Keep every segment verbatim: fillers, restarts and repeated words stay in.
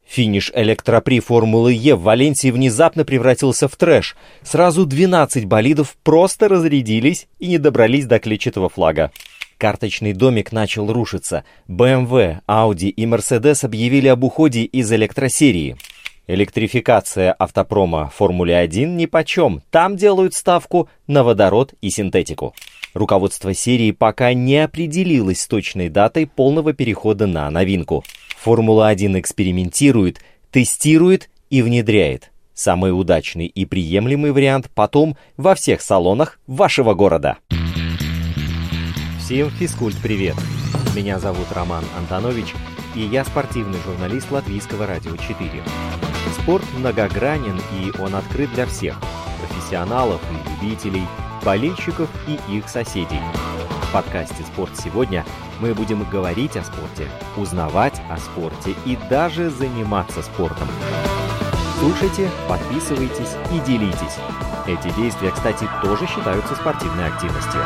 Финиш электропри Формулы Е в Валенсии внезапно превратился в трэш. Сразу двенадцать болидов просто разрядились и не добрались до клетчатого флага. Карточный домик начал рушиться. бэ эм вэ, Audi и Mercedes объявили об уходе из электросерии. Электрификация автопрома в Формуле один нипочем. Там делают ставку на водород и синтетику. Руководство серии пока не определилось с точной датой полного перехода на новинку. Формула один экспериментирует, тестирует и внедряет. Самый удачный и приемлемый вариант потом во всех салонах вашего города. Всем физкульт-привет! Меня зовут Роман Антонович, и я спортивный журналист Латвийского радио четыре. Спорт многогранен, и он открыт для всех – профессионалов и любителей, болельщиков и их соседей. В подкасте «Спорт сегодня» мы будем говорить о спорте, узнавать о спорте и даже заниматься спортом. Слушайте, подписывайтесь и делитесь. Эти действия, кстати, тоже считаются спортивной активностью.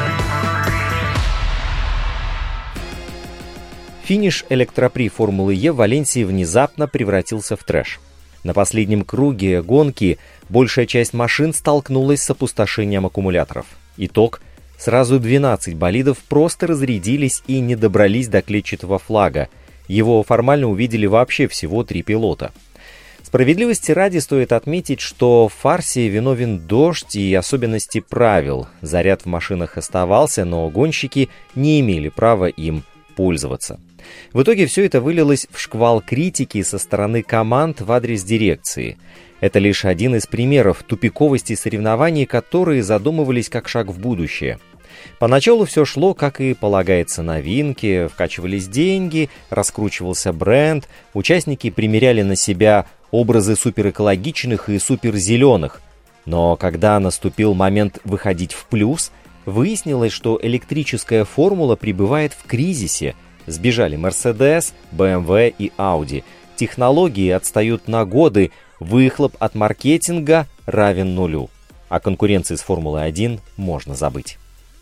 Финиш электропри Формулы Е в Валенсии внезапно превратился в трэш. На последнем круге гонки большая часть машин столкнулась с опустошением аккумуляторов. Итог – сразу двенадцать болидов просто разрядились и не добрались до клетчатого флага. Его формально увидели вообще всего три пилота. Справедливости ради стоит отметить, что в фарсе виновен дождь и особенности правил. Заряд в машинах оставался, но гонщики не имели права им пользоваться. В итоге все это вылилось в шквал критики со стороны команд в адрес дирекции. Это лишь один из примеров тупиковости соревнований, которые задумывались как шаг в будущее. Поначалу все шло, как и полагается новинке, вкачивались деньги, раскручивался бренд, участники примеряли на себя образы суперэкологичных и суперзеленых. Но когда наступил момент выходить в плюс, выяснилось, что электрическая формула пребывает в кризисе. Сбежали Mercedes, бэ эм вэ и Audi. Технологии отстают на годы, выхлоп от маркетинга равен нулю. О конкуренции с Формулой один можно забыть.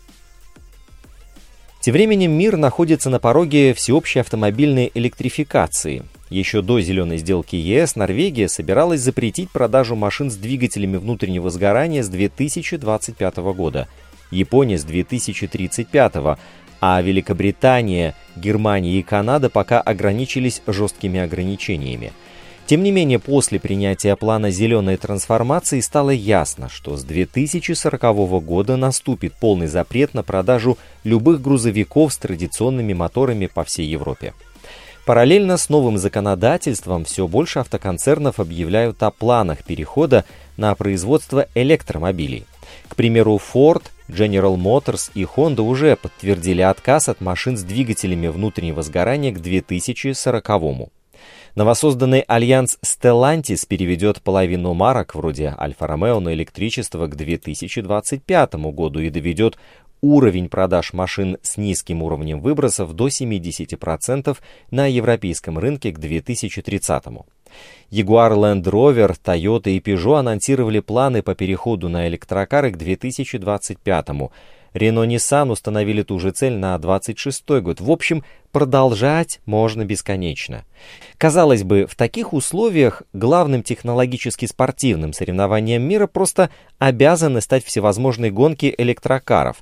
Тем временем мир находится на пороге всеобщей автомобильной электрификации. Еще до зеленой сделки е эс Норвегия собиралась запретить продажу машин с двигателями внутреннего сгорания с две тысячи двадцать пятого года, Япония с две тысячи тридцать пятого, а Великобритания, Германия и Канада пока ограничились жесткими ограничениями. Тем не менее, после принятия плана зеленой трансформации стало ясно, что с две тысячи сорокового года наступит полный запрет на продажу любых грузовиков с традиционными моторами по всей Европе. Параллельно с новым законодательством все больше автоконцернов объявляют о планах перехода на производство электромобилей. К примеру, Ford, General Motors и Honda уже подтвердили отказ от машин с двигателями внутреннего сгорания к две тысячи сороковому. Новосозданный альянс Stellantis переведет половину марок, вроде Альфа-Ромео, на электричество к две тысячи двадцать пятому году и доведет уровень продаж машин с низким уровнем выбросов до семьдесят процентов на европейском рынке к две тысячи тридцатому. Jaguar Land Rover, Toyota и Peugeot анонсировали планы по переходу на электрокары к две тысячи двадцать пятому. Renault Nissan установили ту же цель на двадцать шестой год. В общем, продолжать можно бесконечно. Казалось бы, в таких условиях главным технологически спортивным соревнованием мира просто обязаны стать всевозможные гонки электрокаров.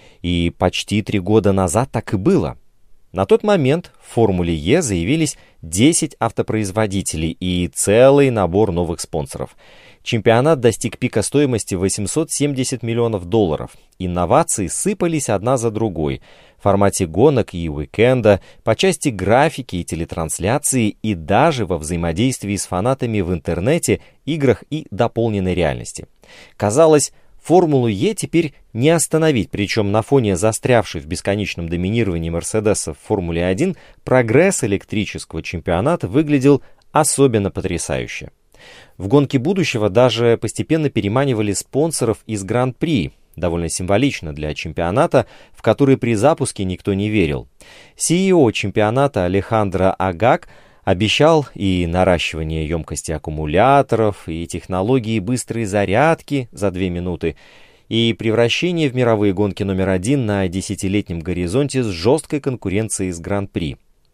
И почти три года назад так и было. На тот момент в Формуле Е заявились десять автопроизводителей и целый набор новых спонсоров. Чемпионат достиг пика стоимости восемьсот семьдесят миллионов долларов. Инновации сыпались одна за другой в формате гонок и уикенда, по части графики и телетрансляции и даже во взаимодействии с фанатами в интернете, играх и дополненной реальности. Казалось, Формулу Е теперь не остановить, причем на фоне застрявшей в бесконечном доминировании Мерседеса в Формуле один прогресс электрического чемпионата выглядел особенно потрясающе. В гонке будущего даже постепенно переманивали спонсоров из Гран-при, довольно символично для чемпионата, в который при запуске никто не верил. си и о чемпионата Алехандро Агаг обещал и наращивание емкости аккумуляторов, и технологии быстрой зарядки за две минуты, и превращение в мировые гонки номер один на десятилетнем горизонте с жесткой конкуренцией с Гран-при.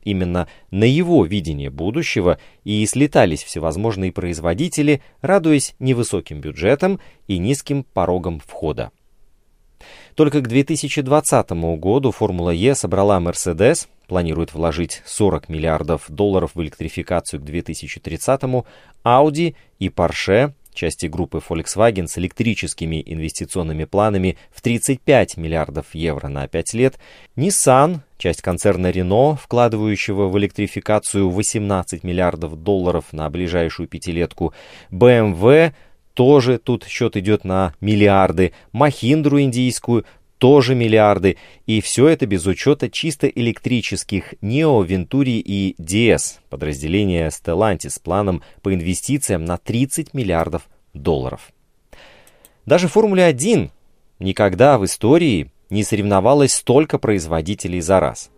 Именно на его видение будущего и слетались всевозможные производители, радуясь невысоким бюджетам и низким порогам входа. Только к две тысячи двадцатому году Формула Е собрала Mercedes, планирует вложить сорок миллиардов долларов в электрификацию к две тысячи тридцатому, Audi и Porsche, части группы Volkswagen с электрическими инвестиционными планами в тридцать пять миллиардов евро на пять лет, Nissan, часть концерна Renault, вкладывающего в электрификацию восемнадцать миллиардов долларов на ближайшую пятилетку, бэ эм вэ, тоже тут счет идет на миллиарды, Mahindra индийскую, тоже миллиарды, и все это без учета чисто электрических Nio, Venturi и ди эс, подразделения Stellantis с планом по инвестициям на тридцать миллиардов долларов. Даже в Формуле один никогда в истории не соревновалось столько производителей за раз.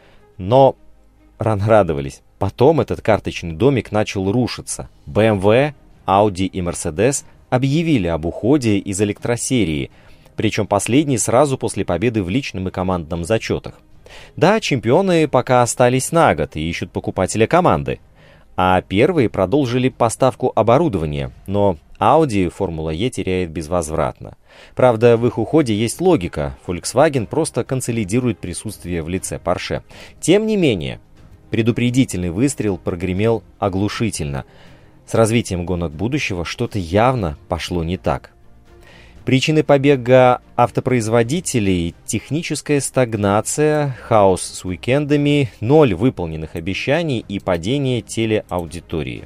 Но рано радовались. Потом этот карточный домик начал рушиться. бэ эм вэ, Audi и Mercedes объявили об уходе из электросерии, причем последний сразу после победы в личном и командном зачетах. Да, чемпионы пока остались на год и ищут покупателя команды, а первые продолжили поставку оборудования, но Audi Формула Е теряет безвозвратно. Правда, в их уходе есть логика, Volkswagen просто консолидирует присутствие в лице Porsche. Тем не менее, предупредительный выстрел прогремел оглушительно. С развитием гонок будущего что-то явно пошло не так. Причины побега автопроизводителей – техническая стагнация, хаос с уикендами, ноль выполненных обещаний и падение телеаудитории.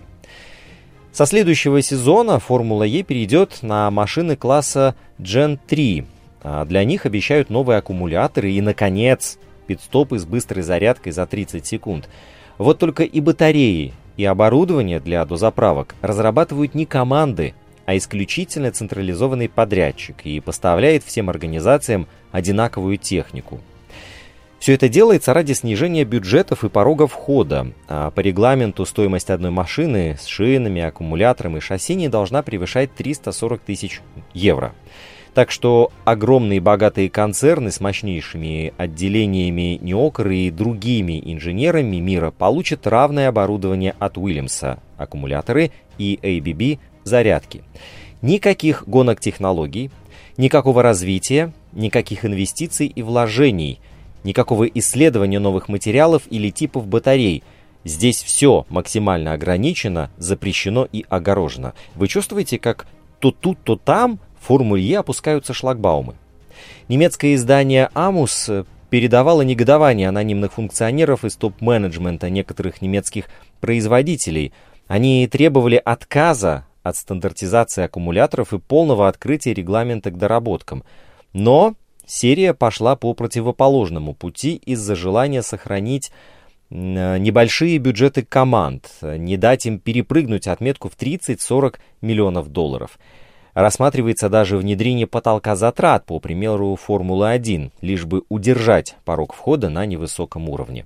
Со следующего сезона Формула Е перейдет на машины класса джен три. А для них обещают новые аккумуляторы и, наконец, пит-стопы с быстрой зарядкой за тридцать секунд. Вот только и батареи, и оборудование для дозаправок разрабатывают не команды, а исключительно централизованный подрядчик и поставляет всем организациям одинаковую технику. Все это делается ради снижения бюджетов и порога входа, а по регламенту стоимость одной машины с шинами, аккумулятором и шасси не должна превышать триста сорок тысяч евро. Так что огромные богатые концерны с мощнейшими отделениями Неокр и другими инженерами мира получат равное оборудование от Уильямса, аккумуляторы и эй би би зарядки. Никаких гонок технологий, никакого развития, никаких инвестиций и вложений, никакого исследования новых материалов или типов батарей. Здесь все максимально ограничено, запрещено и огорожено. Вы чувствуете, как то тут, то там в Формуле Е опускаются шлагбаумы. Немецкое издание «Амус» передавало негодование анонимных функционеров из топ-менеджмента некоторых немецких производителей. Они требовали отказа от стандартизации аккумуляторов и полного открытия регламента к доработкам. Но серия пошла по противоположному пути из-за желания сохранить небольшие бюджеты команд, не дать им перепрыгнуть отметку в тридцать-сорок миллионов долларов. Рассматривается даже внедрение потолка затрат, по примеру Формулы один, лишь бы удержать порог входа на невысоком уровне.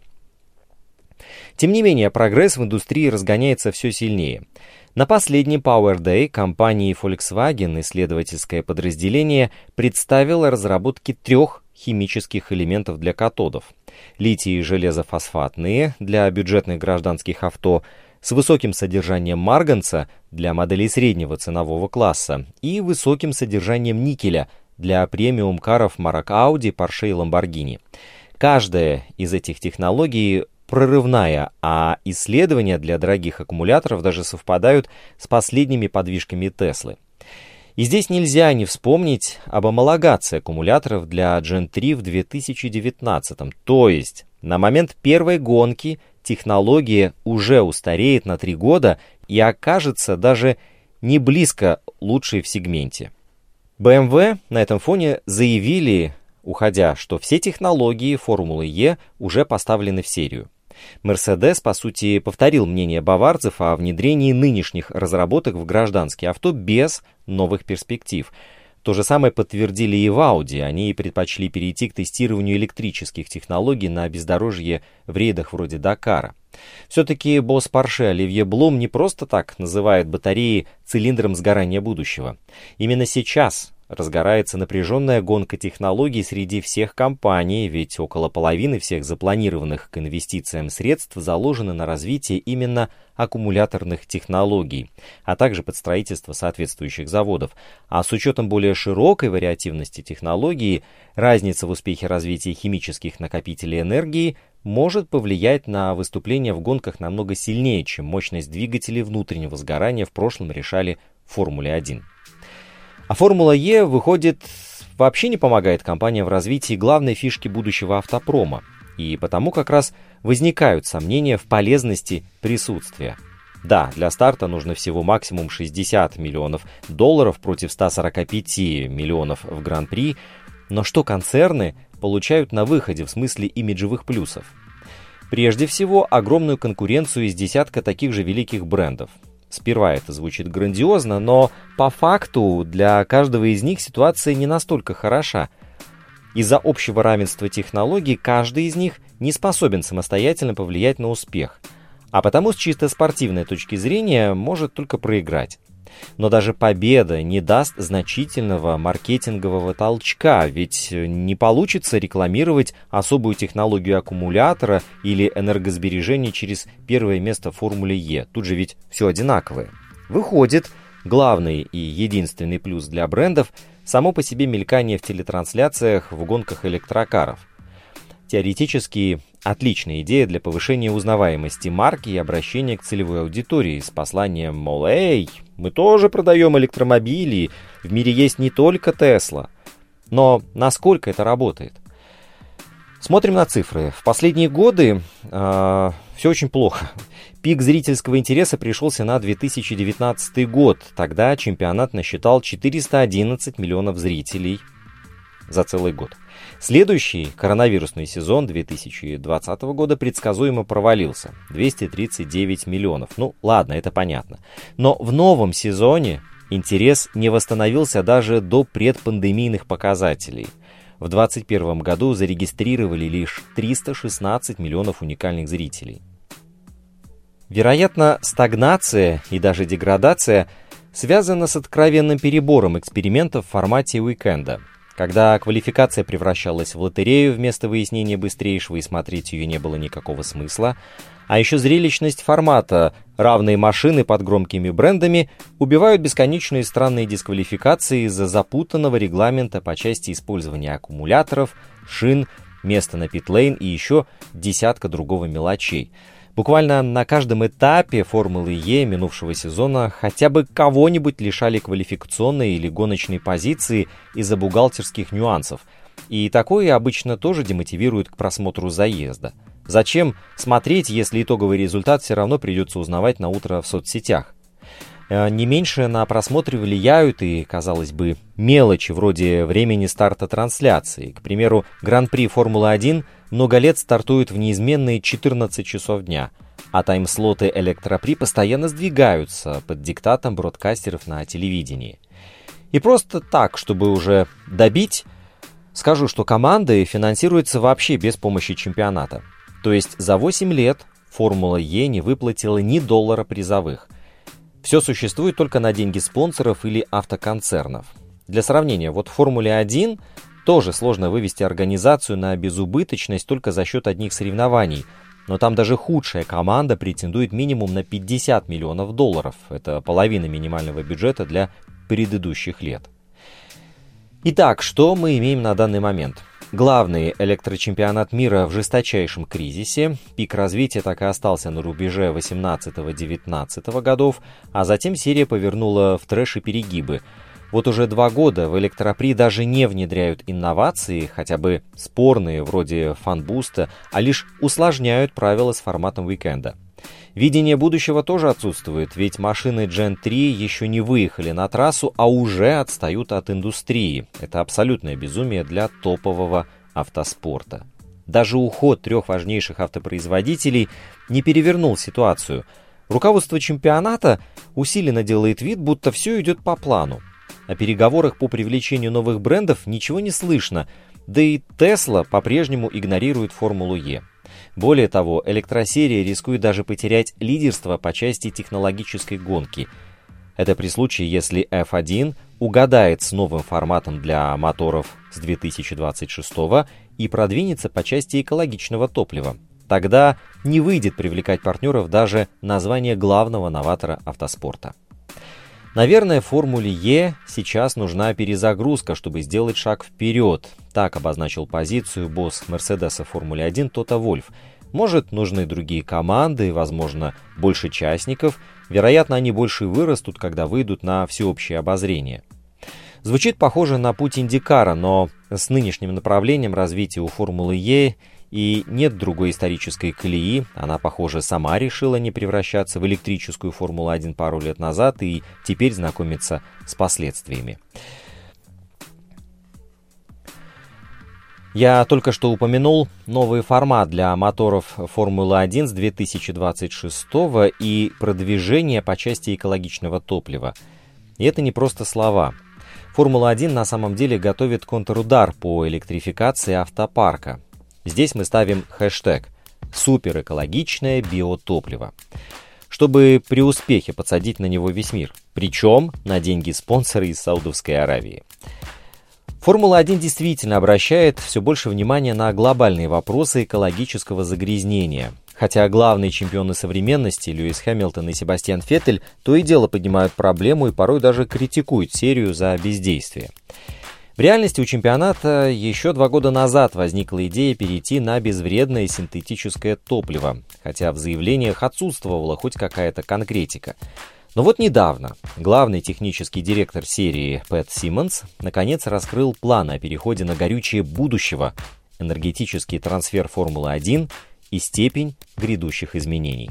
Тем не менее, прогресс в индустрии разгоняется все сильнее. На последнем Power Day компании Volkswagen исследовательское подразделение представило разработки трех химических элементов для катодов. Литий- и железофосфатные для бюджетных гражданских авто с высоким содержанием марганца для моделей среднего ценового класса и высоким содержанием никеля для премиум-каров марок Audi, Porsche и Lamborghini. Каждая из этих технологий прорывная, а исследования для дорогих аккумуляторов даже совпадают с последними подвижками Теслы. И здесь нельзя не вспомнить об гомологации аккумуляторов для джен три в две тысячи девятнадцатом. То есть на момент первой гонки технология уже устареет на три года и окажется даже не близко лучшей в сегменте. бэ эм вэ на этом фоне заявили, уходя, что все технологии Формулы Е уже поставлены в серию. Mercedes, по сути, повторил мнение баварцев о внедрении нынешних разработок в гражданские авто без новых перспектив. То же самое подтвердили и в Audi. Они предпочли перейти к тестированию электрических технологий на бездорожье в рейдах вроде Дакара. Все-таки босс Porsche Оливье Блум не просто так называет батареи цилиндром сгорания будущего. Именно сейчас Разгорается напряженная гонка технологий среди всех компаний, ведь около половины всех запланированных к инвестициям средств заложено на развитие именно аккумуляторных технологий, а также под строительство соответствующих заводов. А с учетом более широкой вариативности технологии, разница в успехе развития химических накопителей энергии может повлиять на выступление в гонках намного сильнее, чем мощность двигателей внутреннего сгорания в прошлом решали в Формуле один. А Формула Е, выходит, вообще не помогает компаниям в развитии главной фишки будущего автопрома. И потому как раз возникают сомнения в полезности присутствия. Да, для старта нужно всего максимум шестьдесят миллионов долларов против ста сорока пяти миллионов в Гран-при, но что концерны получают на выходе в смысле имиджевых плюсов? Прежде всего, огромную конкуренцию из десятка таких же великих брендов. Сперва это звучит грандиозно, но по факту для каждого из них ситуация не настолько хороша. Из-за общего равенства технологий каждый из них не способен самостоятельно повлиять на успех, а потому с чисто спортивной точки зрения может только проиграть. Но даже победа не даст значительного маркетингового толчка, ведь не получится рекламировать особую технологию аккумулятора или энергосбережения через первое место в Формуле Е. Тут же ведь все одинаковое. Выходит, главный и единственный плюс для брендов – само по себе мелькание в телетрансляциях в гонках электрокаров. Теоретически отличная идея для повышения узнаваемости марки и обращения к целевой аудитории с посланием, мол, «Эй, мы тоже продаем электромобили, в мире есть не только Tesla». Но насколько это работает? Смотрим на цифры. В последние годы э, все очень плохо. Пик зрительского интереса пришелся на две тысячи девятнадцатый год. Тогда чемпионат насчитал четыреста одиннадцать миллионов зрителей за целый год. Следующий коронавирусный сезон две тысячи двадцатого года предсказуемо провалился. двести тридцать девять миллионов. Ну ладно, это понятно. Но в новом сезоне интерес не восстановился даже до предпандемийных показателей. В две тысячи двадцать первом году зарегистрировали лишь триста шестнадцать миллионов уникальных зрителей. Вероятно, стагнация и даже деградация связана с откровенным перебором экспериментов в формате уикенда, когда квалификация превращалась в лотерею вместо выяснения быстрейшего и смотреть ее не было никакого смысла, а еще зрелищность формата «равные машины под громкими брендами» убивают бесконечные странные дисквалификации из-за запутанного регламента по части использования аккумуляторов, шин, места на питлейн и еще десятка другого мелочей. Буквально на каждом этапе Формулы Е минувшего сезона хотя бы кого-нибудь лишали квалификационной или гоночной позиции из-за бухгалтерских нюансов. И такое обычно тоже демотивирует к просмотру заезда. Зачем смотреть, если итоговый результат все равно придется узнавать на утро в соцсетях? Не меньше на просмотры влияют и, казалось бы, мелочи вроде времени старта трансляции. К примеру, Гран-при Формулы один много лет стартует в неизменные четырнадцать часов дня, а таймслоты электропри постоянно сдвигаются под диктатом бродкастеров на телевидении. И просто так, чтобы уже добить, скажу, что команды финансируются вообще без помощи чемпионата. То есть за восемь лет Формула Е не выплатила ни доллара призовых. Все существует только на деньги спонсоров или автоконцернов. Для сравнения, вот в Формуле один тоже сложно вывести организацию на безубыточность только за счет одних соревнований. Но там даже худшая команда претендует минимум на пятьдесят миллионов долларов. Это половина минимального бюджета для предыдущих лет. Итак, что мы имеем на данный момент? Главный электрочемпионат мира в жесточайшем кризисе. Пик развития так и остался на рубеже восемнадцатого-девятнадцатого годов, а затем серия повернула в трэш и перегибы. Вот уже два года в электропри даже не внедряют инновации, хотя бы спорные, вроде фан-буста, а лишь усложняют правила с форматом уикенда. Видение будущего тоже отсутствует, ведь машины джен три еще не выехали на трассу, а уже отстают от индустрии. Это абсолютное безумие для топового автоспорта. Даже уход трех важнейших автопроизводителей не перевернул ситуацию. Руководство чемпионата усиленно делает вид, будто все идет по плану. О переговорах по привлечению новых брендов ничего не слышно, да и Tesla по-прежнему игнорирует Формулу Е. Более того, электросерия рискует даже потерять лидерство по части технологической гонки. Это при случае, если эф один угадает с новым форматом для моторов с две тысячи двадцать шестого и продвинется по части экологичного топлива. Тогда не выйдет привлекать партнеров даже название главного новатора автоспорта. Наверное, Формуле Е сейчас нужна перезагрузка, чтобы сделать шаг вперед. Так обозначил позицию босс Мерседеса в Формуле один Тото Вольфф. Может, нужны другие команды, возможно, больше участников. Вероятно, они больше вырастут, когда выйдут на всеобщее обозрение. Звучит похоже на путь Индикара, но с нынешним направлением развития у Формулы Е и нет другой исторической колеи. Она, похоже, сама решила не превращаться в электрическую Формулу один пару лет назад и теперь знакомиться с последствиями. Я только что упомянул новый формат для моторов Формулы один с две тысячи двадцать шестого и продвижение по части экологичного топлива. И это не просто слова. Формула один на самом деле готовит контрудар по электрификации автопарка. Здесь мы ставим хэштег «Суперэкологичное биотопливо», чтобы при успехе подсадить на него весь мир, причем на деньги спонсора из Саудовской Аравии. Формула один действительно обращает все больше внимания на глобальные вопросы экологического загрязнения. Хотя главные чемпионы современности Льюис Хэмилтон и Себастьян Феттель то и дело поднимают проблему и порой даже критикуют серию за бездействие. В реальности у чемпионата еще два года назад возникла идея перейти на безвредное синтетическое топливо, хотя в заявлениях отсутствовала хоть какая-то конкретика. Но вот недавно главный технический директор серии Пэт Симмонс наконец раскрыл план о переходе на горючее будущего, энергетический трансфер Формулы один и степень грядущих изменений.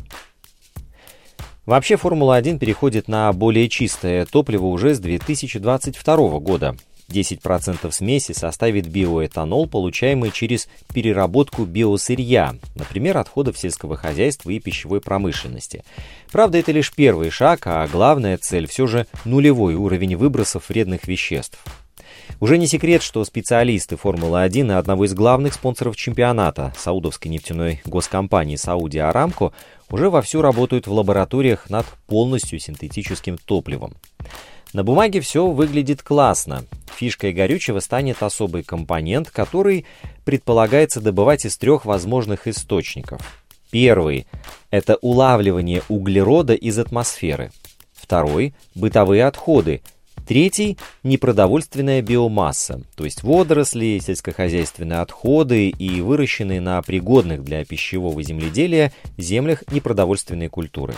Вообще Формула один переходит на более чистое топливо уже с две тысячи двадцать второго года. десять процентов смеси составит биоэтанол, получаемый через переработку биосырья, например, отходов сельского хозяйства и пищевой промышленности. Правда, это лишь первый шаг, а главная цель все же нулевой уровень выбросов вредных веществ. Уже не секрет, что специалисты Формулы один и одного из главных спонсоров чемпионата, саудовской нефтяной госкомпании Saudi Aramco, уже вовсю работают в лабораториях над полностью синтетическим топливом. На бумаге все выглядит классно. Фишкой горючего станет особый компонент, который предполагается добывать из трех возможных источников. Первый – это улавливание углерода из атмосферы. Второй – бытовые отходы. Третий – непродовольственная биомасса, то есть водоросли, сельскохозяйственные отходы и выращенные на пригодных для пищевого земледелия землях непродовольственные культуры.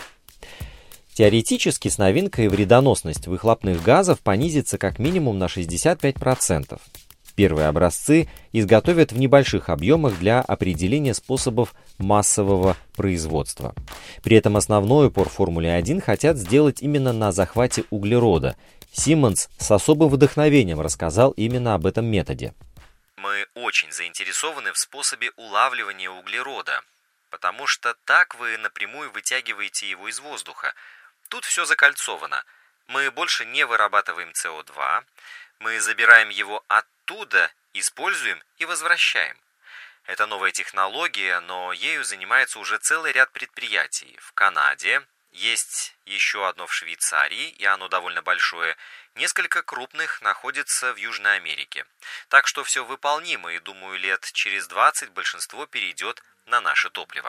Теоретически с новинкой вредоносность выхлопных газов понизится как минимум на шестьдесят пять процентов. Первые образцы изготовят в небольших объемах для определения способов массового производства. При этом основной упор Формуле один хотят сделать именно на захвате углерода. Симмонс с особым вдохновением рассказал именно об этом методе. Мы очень заинтересованы в способе улавливания углерода, потому что так вы напрямую вытягиваете его из воздуха. Тут все закольцовано. Мы больше не вырабатываем С О два, мы забираем его оттуда, используем и возвращаем. Это новая технология, но ею занимается уже целый ряд предприятий. В Канаде есть еще одно в Швейцарии, и оно довольно большое. Несколько крупных находится в Южной Америке. Так что все выполнимо, и думаю, лет через двадцать большинство перейдет на наше топливо.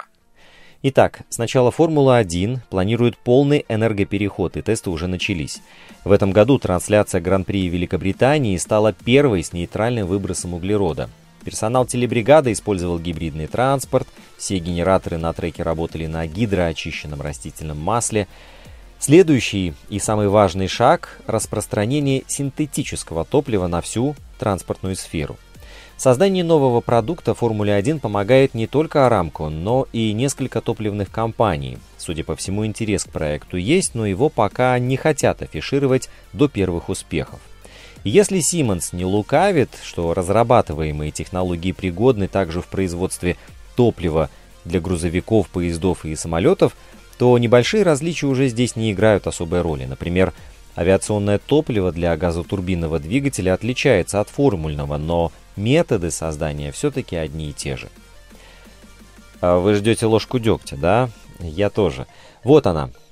Итак, сначала Формула один планирует полный энергопереход, и тесты уже начались. В этом году трансляция Гран-при Великобритании стала первой с нейтральным выбросом углерода. Персонал телебригады использовал гибридный транспорт, все генераторы на треке работали на гидроочищенном растительном масле. Следующий и самый важный шаг – распространение синтетического топлива на всю транспортную сферу. В создании нового продукта Формуле один помогает не только Aramco, но и несколько топливных компаний. Судя по всему, интерес к проекту есть, но его пока не хотят афишировать до первых успехов. И если Симмонс не лукавит, что разрабатываемые технологии пригодны также в производстве топлива для грузовиков, поездов и самолетов, то небольшие различия уже здесь не играют особой роли. Например, авиационное топливо для газотурбинного двигателя отличается от формульного, но методы создания все-таки одни и те же. Вы ждете ложку дегтя, да? Я тоже. Вот она.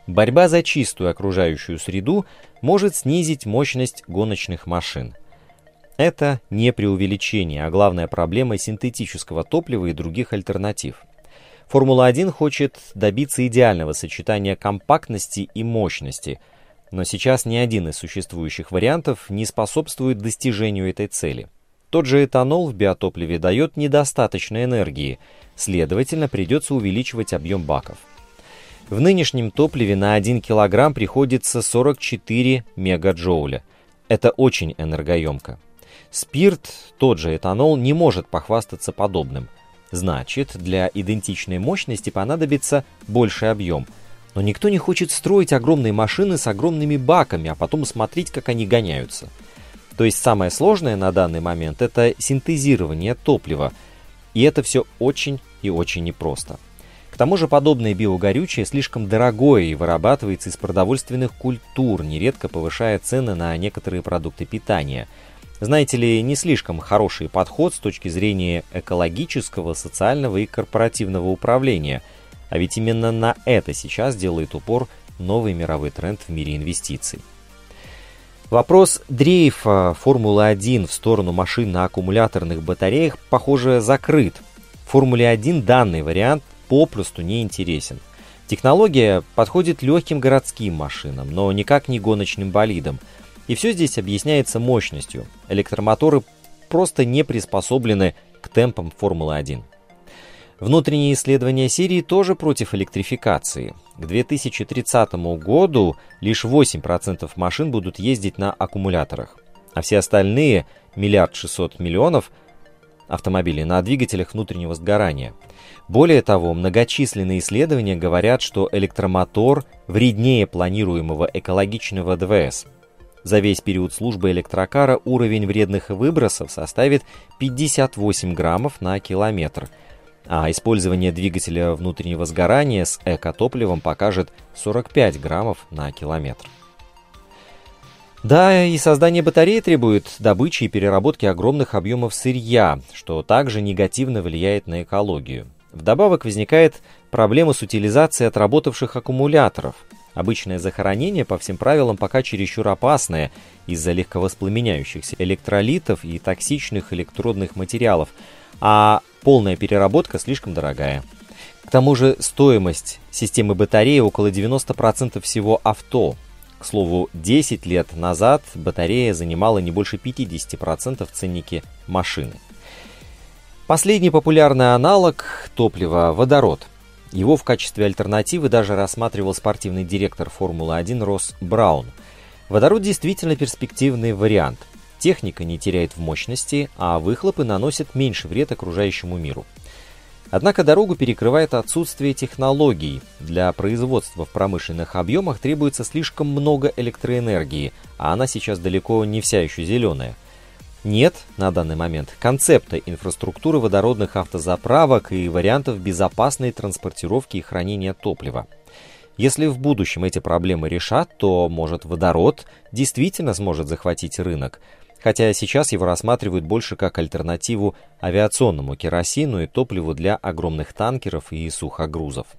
Борьба за чистую окружающую среду может снизить мощность гоночных машин. Это не преувеличение, а главная проблема синтетического топлива и других альтернатив. Формула один хочет добиться идеального сочетания компактности и мощности, но сейчас ни один из существующих вариантов не способствует достижению этой цели. Тот же этанол в биотопливе дает недостаточно энергии, следовательно, придется увеличивать объем баков. В нынешнем топливе на один килограмм приходится сорок четыре мегаджоуля. Это очень энергоемко. Спирт, тот же этанол, не может похвастаться подобным. Значит, для идентичной мощности понадобится больший объем. Но никто не хочет строить огромные машины с огромными баками, а потом смотреть, как они гоняются. То есть самое сложное на данный момент – это синтезирование топлива. И это все очень и очень непросто. К тому же подобное биогорючее слишком дорогое и вырабатывается из продовольственных культур, нередко повышая цены на некоторые продукты питания. Знаете ли, не слишком хороший подход с точки зрения экологического, социального и корпоративного управления. А ведь именно на это сейчас делает упор новый мировой тренд в мире инвестиций. Вопрос дрейфа Формулы один в сторону машин на аккумуляторных батареях, похоже, закрыт. В Формуле один данный вариант попросту не интересен. Технология подходит легким городским машинам, но никак не гоночным болидам. И все здесь объясняется мощностью. Электромоторы просто не приспособлены к темпам Формулы один. Внутренние исследования серии тоже против электрификации. К две тысячи тридцатому году лишь восемь процентов машин будут ездить на аккумуляторах, а все остальные, миллиард шестьсот миллионов автомобилей, на двигателях внутреннего сгорания. Более того, многочисленные исследования говорят, что электромотор вреднее планируемого экологичного ДВС. За весь период службы электрокара уровень вредных выбросов составит пятьдесят восемь граммов на километр, а использование двигателя внутреннего сгорания с экотопливом покажет сорок пять граммов на километр. Да, и создание батареи требует добычи и переработки огромных объемов сырья, что также негативно влияет на экологию. Вдобавок возникает проблема с утилизацией отработавших аккумуляторов. Обычное захоронение по всем правилам пока чересчур опасное из-за легковоспламеняющихся электролитов и токсичных электродных материалов, а полная переработка слишком дорогая. К тому же стоимость системы батареи около девяносто процентов всего авто. К слову, десять лет назад батарея занимала не больше пятьдесят процентов в ценнике машины. Последний популярный аналог топлива – водород. Его в качестве альтернативы даже рассматривал спортивный директор Формулы один Росс Браун. Водород действительно перспективный вариант. Техника не теряет в мощности, а выхлопы наносят меньше вред окружающему миру. Однако дорогу перекрывает отсутствие технологий. Для производства в промышленных объемах требуется слишком много электроэнергии, а она сейчас далеко не вся еще зеленая. Нет на данный момент концепта инфраструктуры водородных автозаправок и вариантов безопасной транспортировки и хранения топлива. Если в будущем эти проблемы решат, то, может, водород действительно сможет захватить рынок, хотя сейчас его рассматривают больше как альтернативу авиационному керосину и топливу для огромных танкеров и сухогрузов.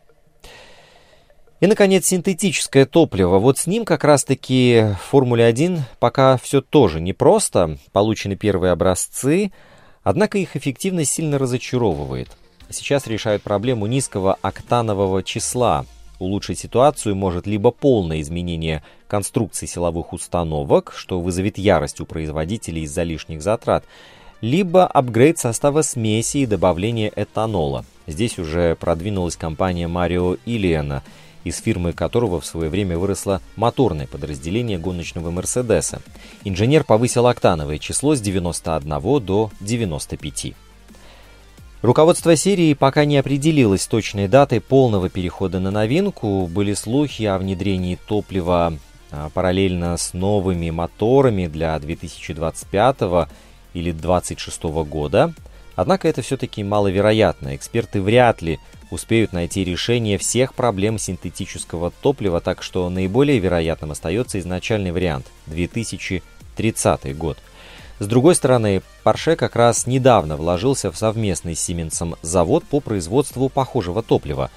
И, наконец, синтетическое топливо. Вот с ним как раз-таки в Формуле один пока все тоже непросто. Получены первые образцы, однако их эффективность сильно разочаровывает. Сейчас решают проблему низкого октанового числа. Улучшить ситуацию может либо полное изменение конструкции силовых установок, что вызовет ярость у производителей из-за лишних затрат, либо апгрейд состава смеси и добавление этанола. Здесь уже продвинулась компания Марио Ильяна, из фирмы которого в свое время выросло моторное подразделение гоночного Мерседеса. Инженер повысил октановое число с девяноста одного до девяноста пяти. Руководство серии пока не определилось с точной датой полного перехода на новинку. Были слухи о внедрении топлива а, параллельно с новыми моторами для две тысячи двадцать пятого или две тысячи двадцать шестого года. Однако это все-таки маловероятно. Эксперты вряд ли успеют найти решение всех проблем синтетического топлива, так что наиболее вероятным остается изначальный вариант – две тысячи тридцатый год. С другой стороны, Porsche как раз недавно вложился в совместный с Siemens завод по производству похожего топлива.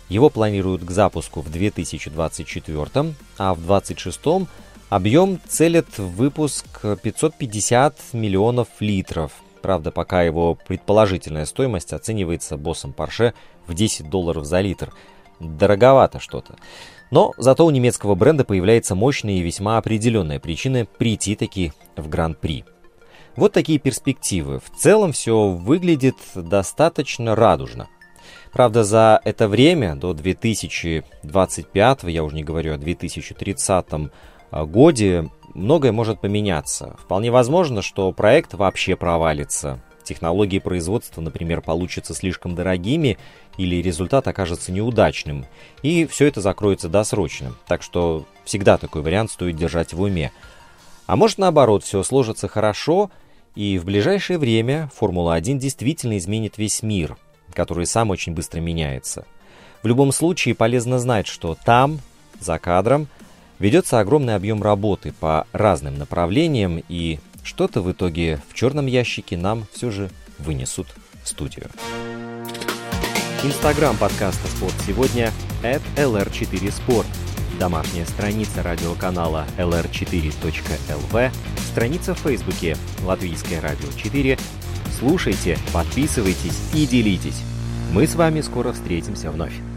Его планируют к запуску в две тысячи двадцать четвёртом, а в две тысячи двадцать шестом объем целят в выпуск пятьсот пятьдесят миллионов литров. Правда, пока его предположительная стоимость оценивается боссом Porsche в десять долларов за литр. Дороговато что-то. Но зато у немецкого бренда появляется мощная и весьма определенная причина прийти таки в Гран-при. Вот такие перспективы. В целом все выглядит достаточно радужно. Правда, за это время, до две тысячи двадцать пятого, я уже не говорю о две тысячи тридцатом годе, многое может поменяться. Вполне возможно, что проект вообще провалится. Технологии производства, например, получатся слишком дорогими или результат окажется неудачным. И все это закроется досрочно. Так что всегда такой вариант стоит держать в уме. А может, наоборот, все сложится хорошо, и в ближайшее время Формула один действительно изменит весь мир, который сам очень быстро меняется. В любом случае полезно знать, что там, за кадром, ведется огромный объем работы по разным направлениям, и что-то в итоге в черном ящике нам все же вынесут в студию. Инстаграм подкаста «Спорт сегодня» эт эл эр четыре спорт. Домашняя страница радиоканала эл эр четыре точка эл ви, страница в Фейсбуке «Латвийское радио четыре». Слушайте, подписывайтесь и делитесь. Мы с вами скоро встретимся вновь.